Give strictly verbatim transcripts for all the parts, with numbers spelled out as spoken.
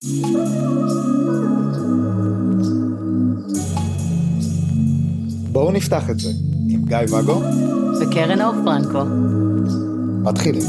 בואו נפתח את זה עם גיא וגו וקרן אור פרנקו. מתחילים.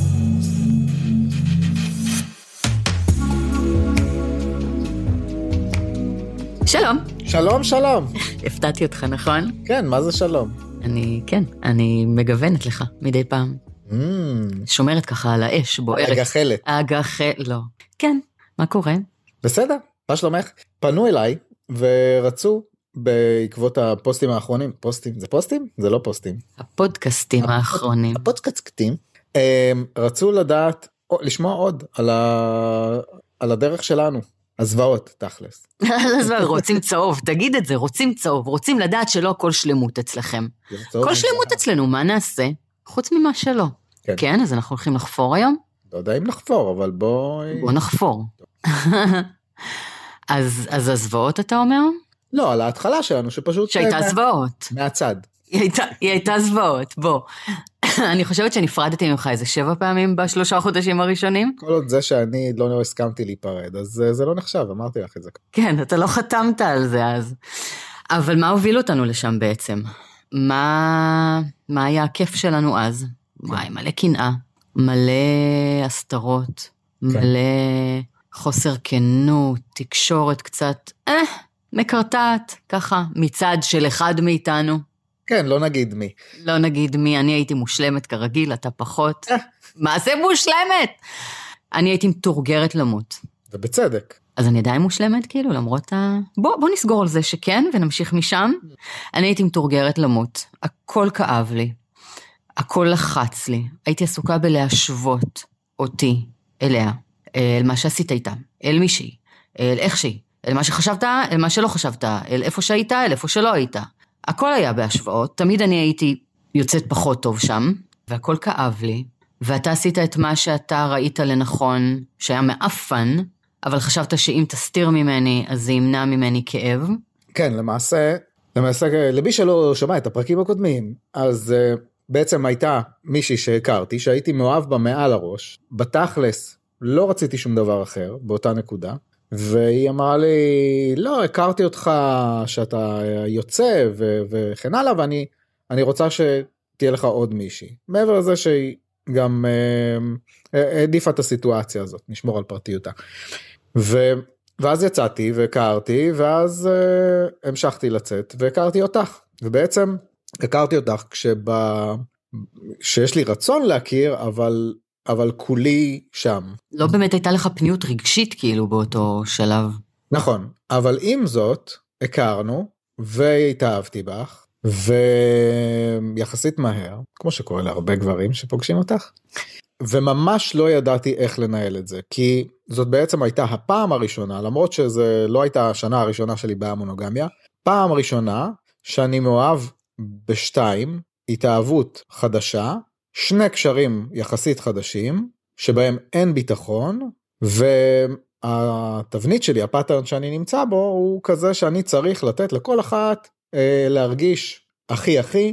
שלום. שלום, שלום. הפתעתי אותך, נכון? כן, מה זה שלום? אני, כן, אני מגוונת לך מדי פעם. Mm. שומרת ככה על האש, בוערת. הגחלת. הגחלת, לא. כן, מה קורה? בסדר, מה שלומך? פנו אליי ורצו בעקבות הפוסטים האחרונים, פוסטים, זה פוסטים? זה לא פוסטים. הפודקאסטים האחרונים. הפודקאסטים, רצו לדעת, לשמוע עוד על, ה, על הדרך שלנו. הזוועות, תכלס. רוצים צהוב, תגיד את זה, רוצים צהוב, רוצים לדעת שלא כל שלמות אצלכם. כל שלמות אצלנו, מה נעשה? חוץ ממה שלא. כן, אז אנחנו הולכים לחפור היום? לא יודע אם לחפור, אבל בוא... בוא נחפור. אז הזוועות אתה אומר? לא, על ההתחלה שלנו, שפשוט... שהייתה זוועות. מהצד. היא הייתה זוועות, בוא. אני חושבת שנפרדתי ממך איזה שבע פעמים בשלושה חודשים הראשונים. כל עוד זה שאני לא הסכמתי להיפרד, אז זה לא נחשב, אמרתי לך את זה. כן, אתה לא חתמת על זה אז. אבל מה הוביל אותנו לשם בעצם? מה, מה היה הכיף שלנו אז? וואי, מלא קנאה, מלא הסתרות, מלא חוסר כנות, תקשורת קצת, אה, מקרטעת, ככה, מצד של אחד מאיתנו. כן, לא נגיד מי. לא נגיד מי, אני הייתי מושלמת כרגיל, אתה פחות. מה זה מושלמת? אני הייתי מתורגרת למות. ובצדק. אז אני עדיין מושלמת, כאילו, למרות ה... בוא, בוא נסגור על זה שכן, ונמשיך משם. אני הייתי מתורגרת למות. הכל כאב לי. הכל לחץ לי. הייתי עסוקה בלהשוות אותי אליה, אל מה שעשית איתה, אל מישהי, אל איך שהיא, אל מה שחשבת, אל מה שלא חשבת, אל איפה שהיית, אל איפה שלא היית. הכל היה בהשוואות, תמיד אני הייתי יוצאת פחות טוב שם, והכל כאב לי, ואתה עשית את מה שאתה ראית לנכון, שהיה מאפן, אבל חשבת שאם תסתיר ממני, אז זה ימנע ממני כאב. כן, למעשה, למעשה, למי שלא שמע את הפרקים הקודמים, אז uh, בעצם הייתה מישהי שהכרתי, שהייתי מאוהב בה מעל הראש, בתכלס, לא רציתי שום דבר אחר, באותה נקודה, והיא אמרה לי, לא, הכרתי אותך שאתה יוצא ו- וכן הלאה, ואני אני רוצה שתהיה לך עוד מישהי. מעבר לזה שהיא גם אה, העדיפה את הסיטואציה הזאת, נשמור על פרטיותה. ו- ואז יצאתי והכרתי, ואז אה, המשכתי לצאת, והכרתי אותך. ובעצם הכרתי אותך כשבא, שיש לי רצון להכיר, אבל... אבל כולי שם. לא באמת הייתה לך פניות רגשית כאילו באותו שלב. נכון, אבל עם זאת, הכרנו, והתאהבתי בך, ויחסית מהר, כמו שקורה להרבה גברים שפוגשים אותך, וממש לא ידעתי איך לנהל את זה, כי זאת בעצם הייתה הפעם הראשונה, למרות שזה לא הייתה השנה הראשונה שלי במונוגמיה, פעם ראשונה שאני מאוהב בשתיים, התאהבות חדשה, שני קשרים יחסית חדשים, שבהם אין ביטחון, והתבנית שלי, הפאטרן שאני נמצא בו, הוא כזה שאני צריך לתת לכל אחת אה, להרגיש הכי הכי,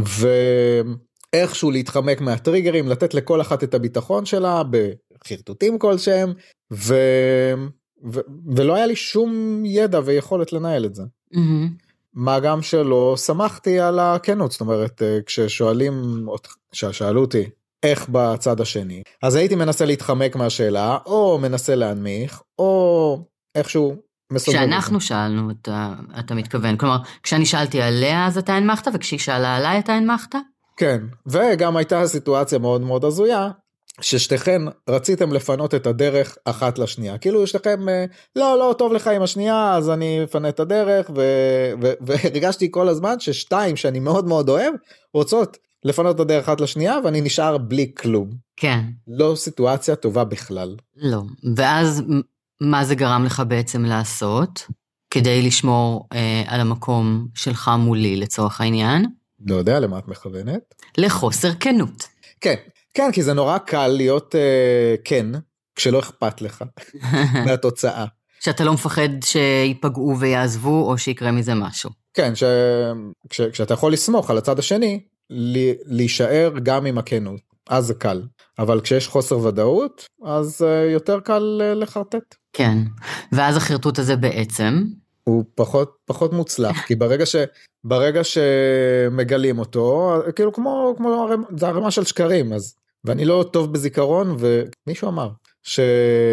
ואיכשהו להתחמק מהטריגרים, לתת לכל אחת את הביטחון שלה, בחרטוטים כלשהם, ו... ו... ולא היה לי שום ידע ויכולת לנהל את זה. Mm-hmm. מה גם שלא שמחתי על הכנות, זאת אומרת, כששואלים, ששאלו אותי, איך בצד השני, אז הייתי מנסה להתחמק מהשאלה, או מנסה להנמיך, או איכשהו מסוגל. כשאנחנו שאלנו, אתה, אתה מתכוון, כלומר, כשאני שאלתי עליה, אז אתה הנמכת, וכשהיא שאלה עליי, אתה הנמכת? כן, וגם הייתה סיטואציה מאוד מאוד הזויה, ששתיכן רציתם לפנות את הדרך אחת לשנייה, כאילו שתיכם, לא, לא, טוב לך עם השנייה, אז אני אפנה את הדרך, ו- ו- והרגשתי כל הזמן ששתיים שאני מאוד מאוד אוהב, רוצות לפנות את הדרך אחת לשנייה, ואני נשאר בלי כלום. כן. לא סיטואציה טובה בכלל. לא, ואז מה זה גרם לך בעצם לעשות, כדי לשמור אה, על המקום שלך מולי לצורך העניין? לא יודע למה את מכוונת. לחוסר כנות. כן. כן, כי זה נורא קל להיות אה, כן, כשלא אכפת לך מהתוצאה. שאתה לא מפחד שיפגעו ויעזבו, או שיקרה מזה משהו. כן, ש... כש... כשאתה יכול לסמוך על הצד השני, ל... להישאר גם עם הכנות. אז זה קל. אבל כשיש חוסר ודאות, אז יותר קל לחרטט. כן, ואז החרטוט הזה בעצם... הוא פחות, פחות מוצלח, כי ברגע ש, ברגע שמגלים אותו, כאילו כמו, כמו, זה הרמה של שקרים, אז, ואני לא טוב בזיכרון, ומישהו אמר, ש,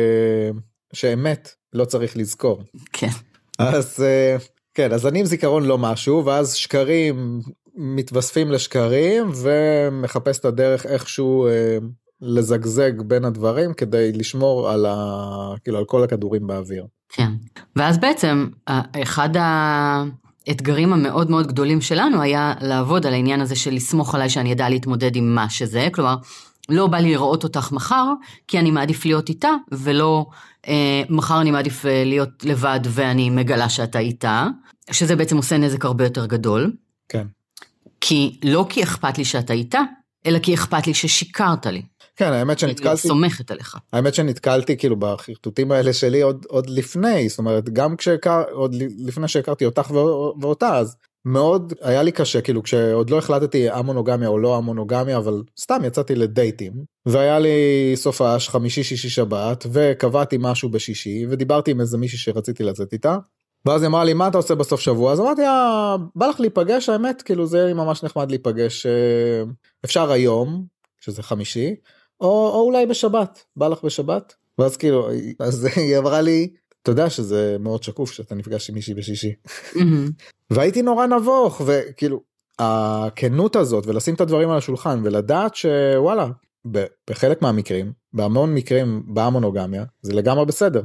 שאמת לא צריך לזכור. כן. אז, כן, אז אני עם זיכרון לא משהו, ואז שקרים מתווספים לשקרים, ומחפש את הדרך איכשהו לזגזג בין הדברים, כדי לשמור על, ה, כאילו, על כל הכדורים באוויר. כן, ואז בעצם אחד האתגרים המאוד מאוד גדולים שלנו היה לעבוד על העניין הזה של לסמוך עליי שאני ידע להתמודד עם מה שזה, כלומר לא בא לי לראות אותך מחר, כי אני מעדיף להיות איתה, ולא אה, מחר אני מעדיף להיות לבד ואני מגלה שאתה איתה, שזה בעצם עושה נזק הרבה יותר גדול. כן. כי לא כי אכפת לי שאתה איתה, אלא כי אכפת לי ששיקרת לי. כן, האמת שנתקלתי... אני סומכת עליך. האמת שנתקלתי כאילו בחרטוטים האלה שלי עוד, עוד לפני, זאת אומרת, גם כשהכר, עוד לפני שהכרתי אותך ואותה, אז מאוד היה לי קשה, כאילו כשעוד לא החלטתי המונוגמיה או לא המונוגמיה, אבל סתם יצאתי לדייטים, והיה לי סופש חמישי, שישי, שבת, וקבעתי משהו בשישי, ודיברתי עם איזה מישהי שרציתי לצאת איתה, ואז היא אמרה לי, מה אתה עושה בסוף שבוע? אז אמרתי, בא לך להיפגש, האמת, כאילו זה ממש נחמד להיפגש, אפשר היום, שזה חמישי, או, או אולי בשבת, בא לך בשבת? ואז כאילו, אז היא אמרה לי, אתה יודע שזה מאוד שקוף שאתה נפגש עם מישהי בשישי. והייתי נורא נבוך, וכאילו, הכנות הזאת, ולשים את הדברים על השולחן, ולדעת שוואלה, בחלק מהמקרים, בהמון מקרים, בהמונוגמיה, זה לגמרי בסדר.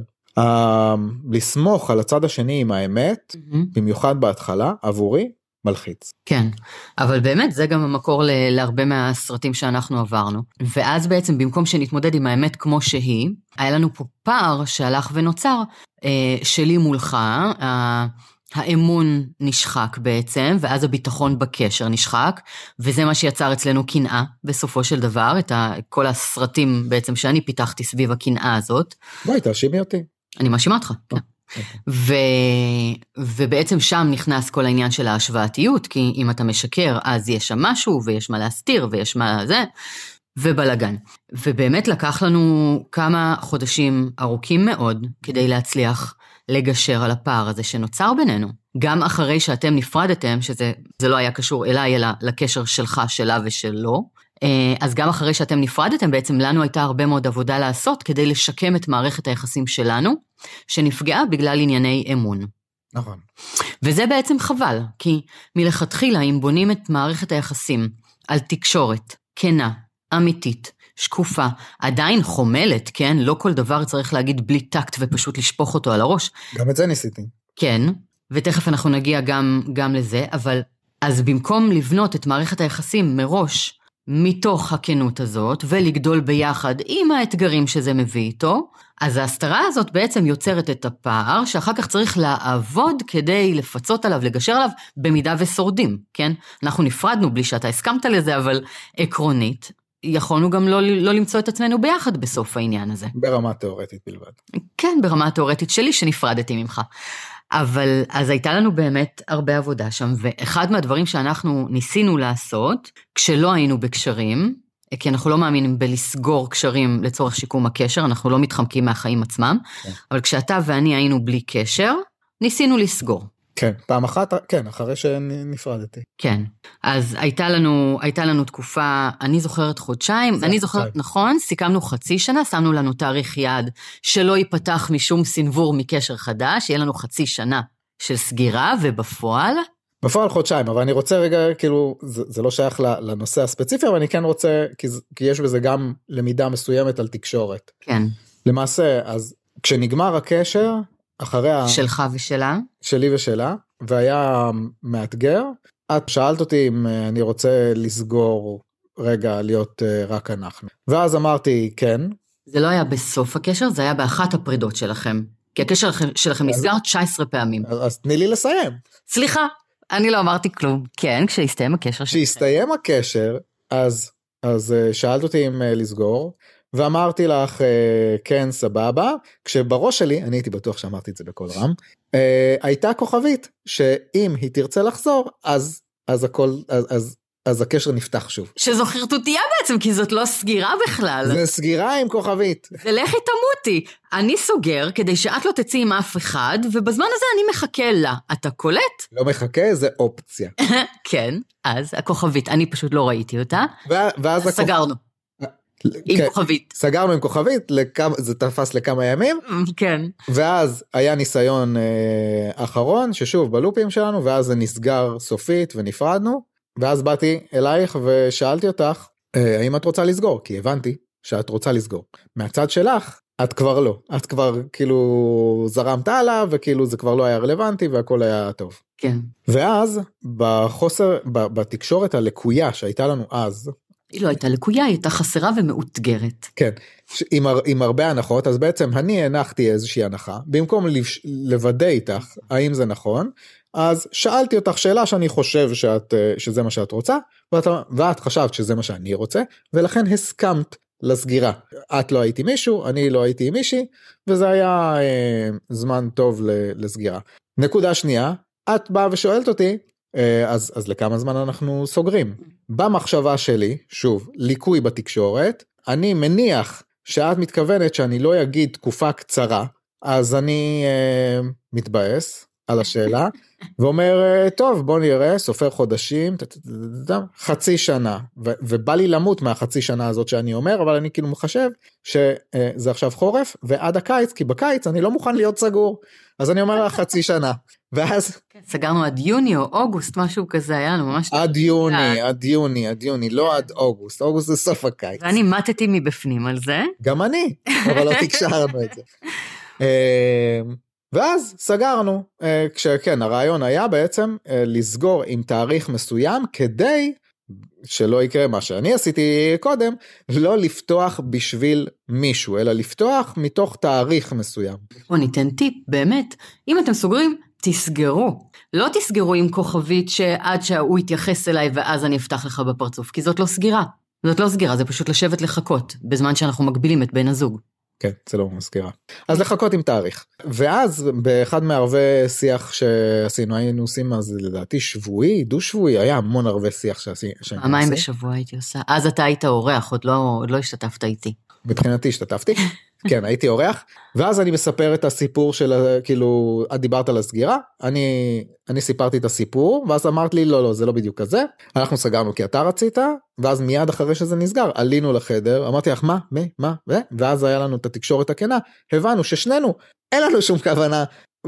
לסמוך על הצד השני עם האמת, במיוחד בהתחלה, עבורי, מלחיץ. כן, אבל באמת זה גם המקור להרבה מהסרטים שאנחנו עברנו. ואז בעצם במקום שנתמודד עם האמת כמו שהיא, היה לנו פה פער שהלך ונוצר, שלי מולך, האמון נשחק בעצם, ואז הביטחון בקשר נשחק, וזה מה שיצר אצלנו קנאה בסופו של דבר, את כל הסרטים בעצם שאני פיתחתי סביב הקנאה הזאת. בואי, תאשימי אותי. אני מאשימה אותך, כן. ו... ובעצם שם נכנס כל העניין של ההשוואתיות, כי אם אתה משקר, אז יש שם משהו, ויש מה להסתיר, ויש מה זה, ובלגן. ובאמת לקח לנו כמה חודשים ארוכים מאוד, כדי להצליח לגשר על הפער הזה שנוצר בינינו. גם אחרי שאתם נפרדתם, שזה זה לא היה קשור אליי, אלא לקשר שלך, שלה ושלו, אז גם אחרי שאתם נפרדתם, בעצם לנו הייתה הרבה מאוד עבודה לעשות, כדי לשקם את מערכת היחסים שלנו, שנפגעה בגלל ענייני אמון. נכון. וזה בעצם חבל, כי מלכתחילה, אם בונים את מערכת היחסים על תקשורת, כנה, אמיתית, שקופה, עדיין חומלת, כן? לא כל דבר צריך להגיד בלי טקט ופשוט לשפוך אותו על הראש. גם את זה ניסיתי. כן, ותכף אנחנו נגיע גם, גם לזה, אבל אז במקום לבנות את מערכת היחסים מראש, מתוך הכנות הזאת, ולגדול ביחד עם האתגרים שזה מביא איתו, אז ההסתרה הזאת בעצם יוצרת את הפער, שאחר כך צריך לעבוד כדי לפצות עליו, לגשר עליו, במידה ושורדים, כן? אנחנו נפרדנו בלי שאתה הסכמת לזה, אבל עקרונית, יכולנו גם לא, לא למצוא את עצמנו ביחד בסוף העניין הזה. ברמה תיאורטית בלבד. כן, ברמה תיאורטית שלי שנפרדתי ממך. אבל אז הייתה לנו באמת הרבה עבודה שם, ואחד מהדברים שאנחנו ניסינו לעשות, כשלא היינו בקשרים, כי אנחנו לא מאמינים בלסגור קשרים לצורך שיקום הקשר, אנחנו לא מתחמקים מהחיים עצמם, כן. אבל כשאתה ואני היינו בלי קשר, ניסינו לסגור. כן, פעם אחת, כן, אחרי שנפרדתי. כן, אז הייתה לנו, הייתה לנו תקופה, אני זוכרת חודשיים, אני זוכרת, חודשיים. נכון, סיכמנו חצי שנה, שמנו לנו תאריך יעד, שלא ייפתח משום סנבור מקשר חדש, יהיה לנו חצי שנה של סגירה, ובפועל... בפועל חודשיים, אבל אני רוצה רגע, כאילו, זה, זה לא שייך לנושא הספציפי, אבל אני כן רוצה, כי, כי יש בזה גם למידה מסוימת על תקשורת. כן. למעשה, אז כשנגמר הקשר, אחרי שלך ושלה? שלי ושלה, והיה מאתגר. את שאלת אותי אם אני רוצה לסגור רגע להיות רק אנחנו. ואז אמרתי כן. זה לא היה בסוף הקשר, זה היה באחת הפרידות שלכם. כי הקשר שלכם נסגר תשע עשרה פעמים. אז תני לי לסיים. סליחה, אני לא אמרתי כלום. כן, כשהסתיים הקשר. כשהסתיים הקשר, אז, אז שאלת אותי אם לסגור, ואמרתי לך, כן, סבבה, כשבראש שלי, אני הייתי בטוח שאמרתי את זה בכל רם, הייתה כוכבית, שאם היא תרצה לחזור, אז, אז הכל, אז, אז אז הקשר נפתח שוב. שזו חרטוטיה בעצם, כי זאת לא סגירה בכלל. זה סגירה עם כוכבית. ולכי תמותי. אני סוגר כדי שאת לא תצאי עם אף אחד, ובזמן הזה אני מחכה לה. אתה קולט? לא מחכה, זה אופציה. כן, אז הכוכבית, אני פשוט לא ראיתי אותה. ואז סגרנו. עם כוכבית. סגרנו עם כוכבית, זה תפס לכמה ימים. כן. ואז היה ניסיון אחרון, ששוב בלופים שלנו, ואז זה נסגר סופית ונפרדנו. ואז באתי אלייך ושאלתי אותך, האם את רוצה לסגור? כי הבנתי שאת רוצה לסגור. מהצד שלך, את כבר לא. את כבר כאילו זרמת עליו, וכאילו זה כבר לא היה רלוונטי, והכל היה טוב. כן. ואז, בחוסר, בתקשורת הלקויה שהייתה לנו אז, היא לא הייתה לקויה, היא הייתה חסרה ומאותגרת. כן, עם, עם הרבה הנחות, אז בעצם אני הנחתי איזושהי הנחה, במקום לוודא איתך, האם זה נכון, אז שאלתי אותך שאלה שאני חושב שאת, שזה מה שאת רוצה, ואת, ואת חשבת שזה מה שאני רוצה, ולכן הסכמת לסגירה. את לא הייתי מישהו, אני לא הייתי מישהי, וזה היה אה, זמן טוב לסגירה. נקודה שנייה, את באה ושואלת אותי, אה, אז, אז לכמה זמן אנחנו סוגרים? במחשבה שלי, שוב, ליקוי בתקשורת, אני מניח שאת מתכוונת שאני לא אגיד תקופה קצרה, אז אני אה, מתבאס על השאלה, ואומר, טוב, בוא נראה, סופר חודשים, חצי שנה, ובא לי למות מהחצי שנה הזאת שאני אומר, אבל אני כאילו מחשב שזה עכשיו חורף, ועד הקיץ, כי בקיץ אני לא מוכן להיות סגור, אז אני אומר לה חצי שנה, ואז... סגרנו עד יוני או אוגוסט, משהו כזה היה לנו ממש... עד יוני, עד יוני, עד יוני, לא עד אוגוסט, אוגוסט זה סוף הקיץ. ואני מתתי מבפנים על זה. גם אני, אבל לא תקשרנו את זה. ואז סגרנו, כשכן, הרעיון היה בעצם לסגור עם תאריך מסוים, כדי שלא יקרה מה שאני עשיתי קודם, לא לפתוח בשביל מישהו, אלא לפתוח מתוך תאריך מסוים. בוא ניתן טיפ, באמת, אם אתם סוגרים, תסגרו. לא תסגרו עם כוכבית שעד שהוא יתייחס אליי ואז אני אפתח לך בפרצוף, כי זאת לא סגירה. זאת לא סגירה, זה פשוט לשבת לחכות, בזמן שאנחנו מגבילים את בן הזוג. כן, זה לא מסגירה. אז לחכות עם תאריך. ואז באחד מערבי שיח שעשינו, היינו עושים אז לדעתי שבועי, דו שבועי, היה המון ערבי שיח שעשינו. פעמיים בשבוע הייתי עושה. אז אתה היית אורח, עוד לא, עוד לא השתתפת איתי. מבחינתי השתתפתי, כן, הייתי אורח, ואז אני מספר את הסיפור של, כאילו, את דיברת על הסגירה, אני, אני סיפרתי את הסיפור, ואז אמרת לי, לא, לא, זה לא בדיוק כזה, אנחנו סגרנו כי אתה רצית, ואז מיד אחרי שזה נסגר, עלינו לחדר, אמרתי לך, מה, מה, מה, ו? ואז היה לנו את התקשורת הכנה, הבנו ששנינו, אין לנו שום כוונה,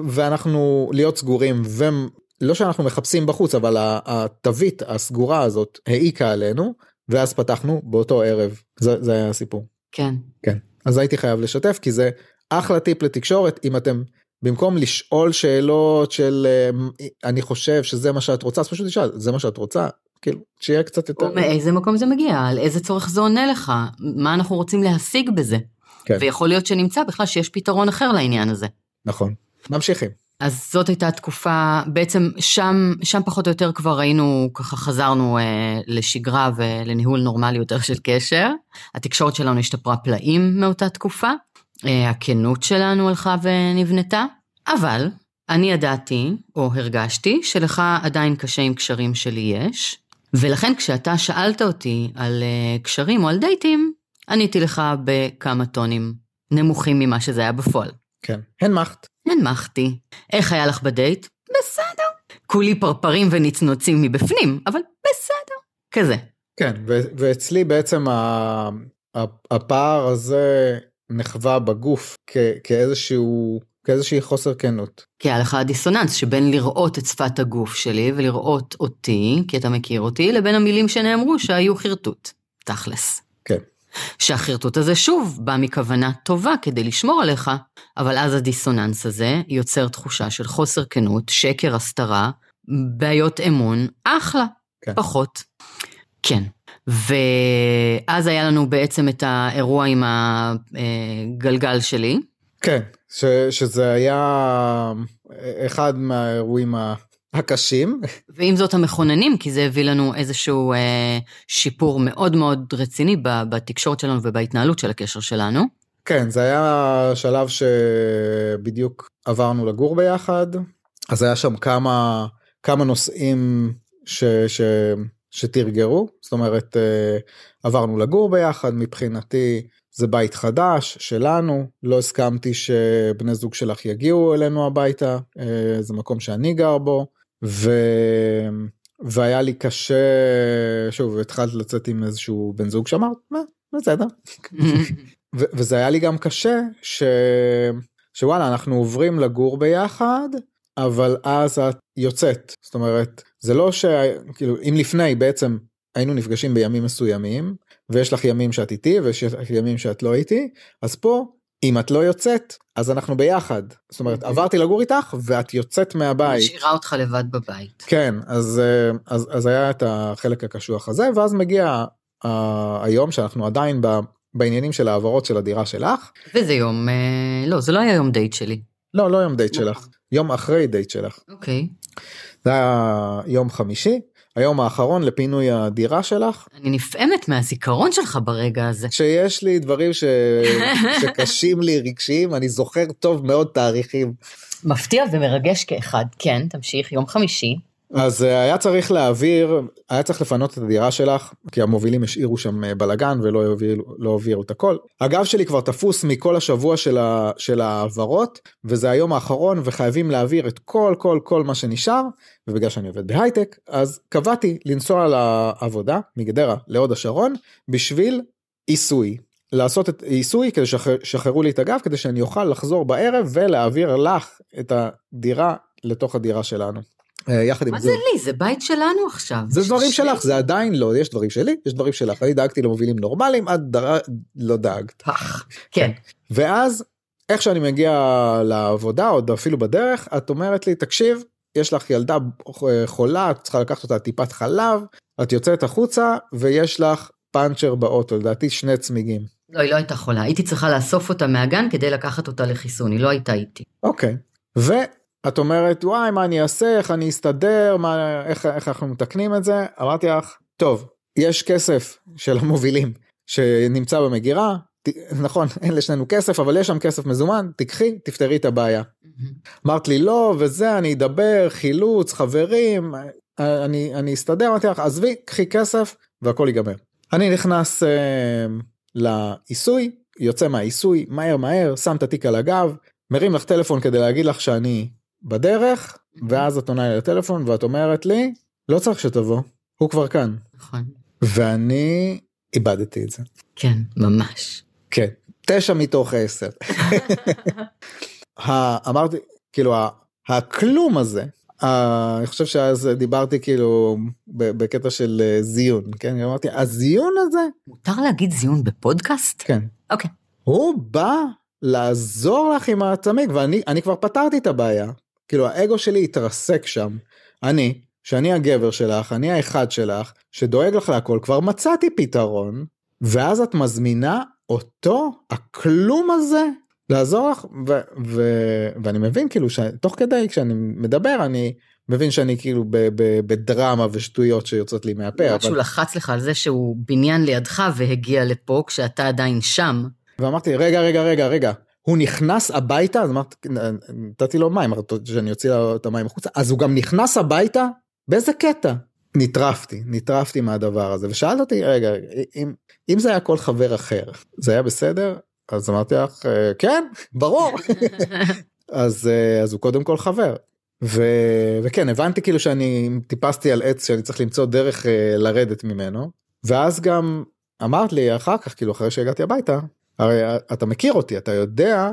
ואנחנו להיות סגורים, ולא שאנחנו מחפשים בחוץ, אבל התווית הסגורה הזאת העיקה עלינו, ואז פתחנו באותו ערב, זה, זה היה הסיפור. כן. כן. אז הייתי חייב לשתף, כי זה אחלה טיפ לתקשורת, אם אתם, במקום לשאול שאלות של, אני חושב שזה מה שאת רוצה, אז פשוט תשאל, זה מה שאת רוצה, כאילו, שיהיה קצת יותר... מאיזה מקום זה מגיע, על איזה צורך זה עונה לך, מה אנחנו רוצים להשיג בזה, כן. ויכול להיות שנמצא בכלל שיש פתרון אחר לעניין הזה. נכון, ממשיכים. אז זאת הייתה תקופה, בעצם שם, שם פחות או יותר כבר ראינו, ככה חזרנו אה, לשגרה ולניהול נורמלי יותר של קשר, התקשורת שלנו השתפרה פלאים מאותה תקופה, אה, הכנות שלנו הלכה ונבנתה, אבל אני ידעתי או הרגשתי שלך עדיין קשה עם קשרים שלי יש, ולכן כשאתה שאלת אותי על אה, קשרים או על דייטים, עניתי לך בכמה טונים נמוכים ממה שזה היה בפועל. כן, הנמכת. הנמכתי. איך היה לך בדייט? בסדר. כולי פרפרים ונצנוצים מבפנים, אבל בסדר. כזה. כן, ו- ואצלי בעצם הפער הזה נחווה בגוף כ- כאיזשהו, כאיזושהי חוסר כנות. כי היה לך הדיסוננס שבין לראות את שפת הגוף שלי ולראות אותי, כי אתה מכיר אותי, לבין המילים שנאמרו שהיו חרטוט. תכלס. כן. שהחרטוט הזה שוב בא מכוונה טובה כדי לשמור עליך, אבל אז הדיסוננס הזה יוצר תחושה של חוסר כנות, שקר, הסתרה, בעיות אמון, אחלה, כן. פחות. כן. ואז היה לנו בעצם את האירוע עם הגלגל שלי. כן, ש, שזה היה אחד מהאירועים ה... הקשים. ועם זאת המכוננים, כי זה הביא לנו איזשהו אה, שיפור מאוד מאוד רציני בתקשורת שלנו ובהתנהלות של הקשר שלנו. כן, זה היה שלב שבדיוק עברנו לגור ביחד, אז היה שם כמה, כמה נושאים ש, ש, שתרגרו, זאת אומרת, עברנו לגור ביחד, מבחינתי זה בית חדש שלנו, לא הסכמתי שבני זוג שלך יגיעו אלינו הביתה, זה מקום שאני גר בו, ו... והיה לי קשה, שוב, התחלת לצאת עם איזשהו בן זוג שאמר, מה, בסדר. ו- וזה היה לי גם קשה, ש... שוואלה, אנחנו עוברים לגור ביחד, אבל אז את יוצאת. זאת אומרת, זה לא ש... כאילו, אם לפני בעצם היינו נפגשים בימים מסוימים, ויש לך ימים שאת איתי, ויש לך ימים שאת לא איתי, אז פה, אם את לא יוצאת, אז אנחנו ביחד. זאת אומרת, עברתי לגור איתך, ואת יוצאת מהבית. משאירה אותך לבד בבית. כן, אז, אז, אז היה את החלק הקשוח הזה, ואז מגיע uh, היום שאנחנו עדיין ב, בעניינים של העברות של הדירה שלך. וזה יום, uh, לא, זה לא היה יום דייט שלי. לא, לא יום דייט שלך, יום אחרי דייט שלך. אוקיי. זה היה יום חמישי, היום האחרון לפינוי הדירה שלך. אני נפעמת מהזיכרון שלך ברגע הזה. שיש לי דברים ש... שקשים לי רגשיים, אני זוכר טוב מאוד תאריכים. מפתיע ומרגש כאחד, כן, תמשיך, יום חמישי. אז היה צריך להעביר, היה צריך לפנות את הדירה שלך, כי המובילים השאירו שם בלגן ולא הובילו, לא הובילו את הכל. הגב שלי כבר תפוס מכל השבוע של, ה, של העברות, וזה היום האחרון, וחייבים להעביר את כל, כל, כל מה שנשאר, ובגלל שאני עובד בהייטק, אז קבעתי לנסוע לעבודה, מגדרה להוד השרון, בשביל עיסוי. לעשות את עיסוי, כדי שחררו לי את הגב, כדי שאני אוכל לחזור בערב, ולהעביר לך את הדירה לתוך הדירה שלנו. יחד עם זה. מה זה לי? זה בית שלנו עכשיו. זה דברים שלך, זה עדיין לא, יש דברים שלי, יש דברים שלך. אני דאגתי למובילים נורמליים, את לא דאגת. כן. ואז, איך שאני מגיע לעבודה, עוד אפילו בדרך, את אומרת לי, תקשיב, יש לך ילדה חולה, את צריכה לקחת אותה טיפת חלב, את יוצאת החוצה, ויש לך פאנצ'ר באוטו, לדעתי שני צמיגים. לא, היא לא הייתה חולה, הייתי צריכה לאסוף אותה מהגן, כדי לקחת אותה לחיסון, היא לא הייתה איתי. אוקיי. ו... את אומרת, וואי, מה אני אעשה, איך אני אסתדר, מה, איך, איך אנחנו מתקנים את זה? אמרתי לך, טוב, יש כסף של המובילים שנמצא במגירה, ת, נכון, אין לשנינו כסף, אבל יש שם כסף מזומן, תקחי, תפתרי את הבעיה. Mm-hmm. אמרת לי, לא, וזה, אני אדבר, חילוץ, חברים, אני, אני אסתדר, אמרתי לך, עזבי, קחי כסף, והכל ייגמר. אני נכנס אה, לעיסוי, יוצא מהעיסוי, מהר מהר, שם את התיק על הגב, מרים לך טלפון כדי להגיד לך שאני בדרך, ואז את עונה לי לטלפון, ואת אומרת לי, לא צריך שתבוא, הוא כבר כאן. נכון. ואני איבדתי את זה. כן, ממש. כן, תשע מתוך עשר. אמרתי, כאילו, הכלום הזה, אני חושב שאז דיברתי כאילו, בקטע של זיון, כן? אמרתי, הזיון הזה? מותר להגיד זיון בפודקאסט? כן. אוקיי. הוא בא לעזור לך עם הצמיג, ואני אני כבר פתרתי את הבעיה. כאילו, האגו שלי התרסק שם. אני, שאני הגבר שלך, אני האחד שלך, שדואג לך להכל, כבר מצאתי פתרון, ואז את מזמינה אותו, הכלום הזה, לעזור לך, ו- ו- ואני מבין כאילו, שתוך כדי כשאני מדבר, אני מבין שאני כאילו ב- ב- בדרמה ושטויות שיוצאות לי מהפה. אבל... שהוא לחץ לך על זה שהוא בניין לידך והגיע לפה, כשאתה עדיין שם. ואמרתי, רגע, רגע, רגע, רגע, הוא נכנס הביתה, אז אמרתי, נתתי לו מים, אמרתי שאני אוציא לו את המים החוצה, אז הוא גם נכנס הביתה, באיזה קטע? נטרפתי, נטרפתי מהדבר הזה, ושאלת אותי, רגע, אם, אם זה היה כל חבר אחר, זה היה בסדר? אז אמרתי לך, כן, ברור. אז, אז הוא קודם כל חבר. ו, וכן, הבנתי כאילו שאני טיפסתי על עץ, שאני צריך למצוא דרך לרדת ממנו, ואז גם אמרת לי אחר כך, כאילו אחרי שהגעתי הביתה, הרי אתה מכיר אותי, אתה יודע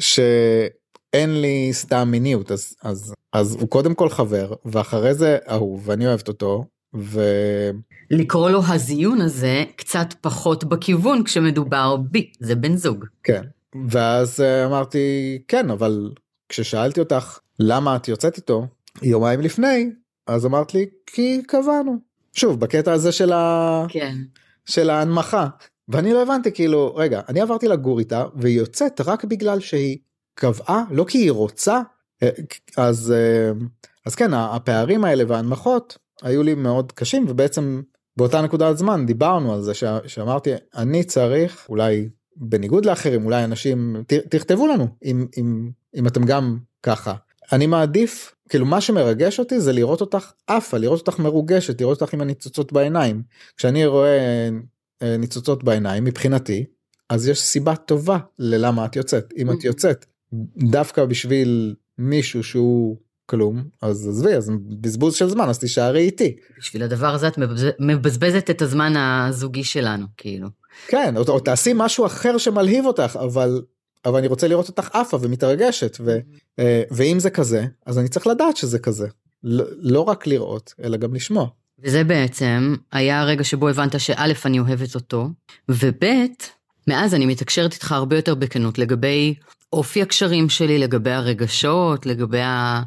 שאין לי סתם מיניות, אז, אז, אז הוא קודם כל חבר, ואחרי זה אהוב, ואני אוהבת אותו, ו... לקרוא לו הזיון הזה קצת פחות בכיוון כשמדובר בי, זה בן זוג. כן, ואז אמרתי, כן, אבל כששאלתי אותך, למה את יוצאת איתו, יומיים לפני, אז אמרת לי, כי קבענו. שוב, בקטע הזה של, ה... כן. של ההנמכה. ואני לא הבנתי, כאילו, רגע, אני עברתי לגור איתה, והיא יוצאת רק בגלל שהיא קבעה, לא כי היא רוצה, אז, אז כן, הפערים האלה וההנמכות, היו לי מאוד קשים, ובעצם באותה נקודת זמן, דיברנו על זה, שאמרתי, אני צריך, אולי בניגוד לאחרים, אולי אנשים, ת, תכתבו לנו, אם, אם, אם אתם גם ככה, אני מעדיף, כאילו מה שמרגש אותי זה לראות אותך עפה, לראות אותך מרוגשת, לראות אותך עם הניצוצות בעיניים. כשאני רואה ניצוצות בעיניים, מבחינתי, אז יש סיבה טובה ללמה את יוצאת. אם את יוצאת דווקא בשביל מישהו שהוא כלום, אז עזבי, אז בזבוז של זמן, אז תישארי איתי. בשביל הדבר הזה את מבזבזת את הזמן הזוגי שלנו, כאילו. כן, או, או תעשי משהו אחר שמלהיב אותך, אבל, אבל אני רוצה לראות אותך עפה ומתרגשת, ו, ואם זה כזה, אז אני צריך לדעת שזה כזה. לא, לא רק לראות, אלא גם לשמוע. וזה בעצם היה הרגע שבו הבנת שא' אני אוהבת אותו, וב' מאז אני מתקשרת איתך הרבה יותר בכנות לגבי אופי הקשרים שלי, לגבי הרגשות, לגבי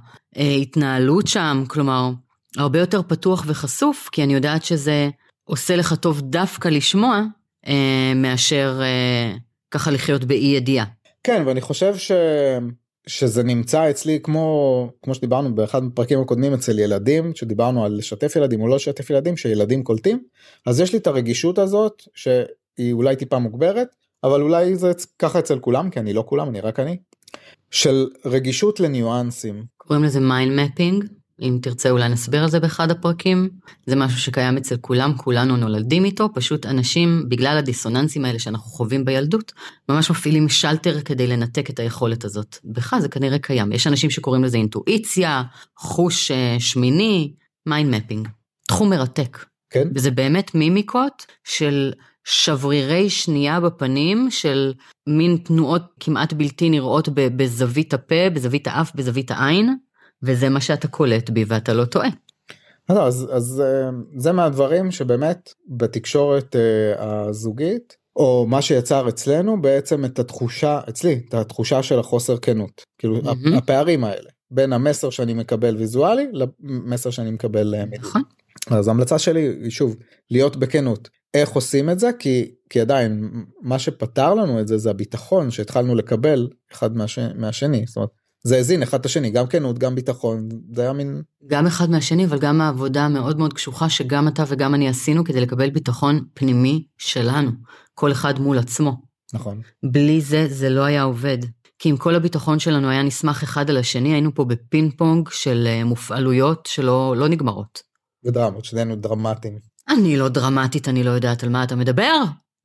ההתנהלות שם, כלומר, הרבה יותר פתוח וחשוף, כי אני יודעת שזה עושה לך טוב דווקא לשמוע, אה, מאשר אה, ככה לחיות באי ידיעה. כן, ואני חושב ש... שזה נמצא אצלי כמו, כמו שדיברנו באחד הפרקים הקודמים אצל ילדים, שדיברנו על לשתף ילדים או לא לשתף ילדים, שילדים קולטים, אז יש לי את הרגישות הזאת, שהיא אולי טיפה מוגברת, אבל אולי זה ככה אצל כולם, כי אני לא כולם, אני רק אני, של רגישות לניואנסים. קוראים לזה מיינד מפינג, אם תרצה אולי נסביר על זה באחד הפרקים, זה משהו שקיים אצל כולם, כולנו נולדים איתו, פשוט אנשים, בגלל הדיסוננסים האלה שאנחנו חווים בילדות, ממש מפעילים שלטר כדי לנתק את היכולת הזאת. בכלל זה כנראה קיים, יש אנשים שקוראים לזה אינטואיציה, חוש שמיני, מיינד מפינג, תחום מרתק. כן. וזה באמת מימיקות של שברירי שנייה בפנים, של מין תנועות כמעט בלתי נראות בזווית הפה, בזווית האף, בזווית העין, וזה מה שאתה קולט בי ואתה לא טועה. אז, אז זה מהדברים שבאמת בתקשורת הזוגית, או מה שיצר אצלנו בעצם את התחושה, אצלי, את התחושה של החוסר כנות. כאילו mm-hmm. הפערים האלה, בין המסר שאני מקבל ויזואלי, למסר שאני מקבל מילים. נכון. אז ההמלצה שלי היא שוב, להיות בכנות. איך עושים את זה? כי, כי עדיין, מה שפתר לנו את זה, זה הביטחון שהתחלנו לקבל אחד מהש, מהשני. זאת אומרת, זה הזין אחד את השני, גם כנות, גם ביטחון, זה היה מין... גם אחד מהשני, אבל גם העבודה המאוד מאוד קשוחה, שגם אתה וגם אני עשינו, כדי לקבל ביטחון פנימי שלנו, כל אחד מול עצמו. נכון. בלי זה, זה לא היה עובד. כי אם כל הביטחון שלנו היה נסמך אחד על השני, היינו פה בפינג פונג של מופעלויות שלא לא נגמרות. ודרמות, שנינו דרמטיים. אני לא דרמטית, אני לא יודעת על מה אתה מדבר.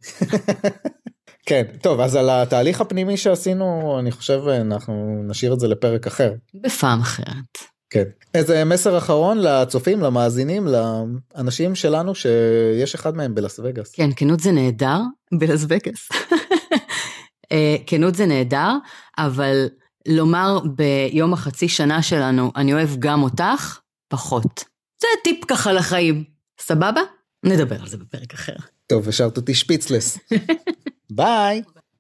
כן, טוב, אז על התהליך הפנימי שעשינו, אני חושב, אנחנו נשאיר את זה לפרק אחר. בפעם אחרת. כן. איזה מסר אחרון לצופים, למאזינים, לאנשים שלנו, שיש אחד מהם בלס וגאס. כן, כנות זה נהדר, בלס וגאס. כנות זה נהדר, אבל לומר ביום החצי שנה שלנו, אני אוהב גם אותך, פחות. זה טיפ ככה לחיים. סבבה? נדבר על זה בפרק אחר. טוב, השארת אותי שפיצלס. ביי.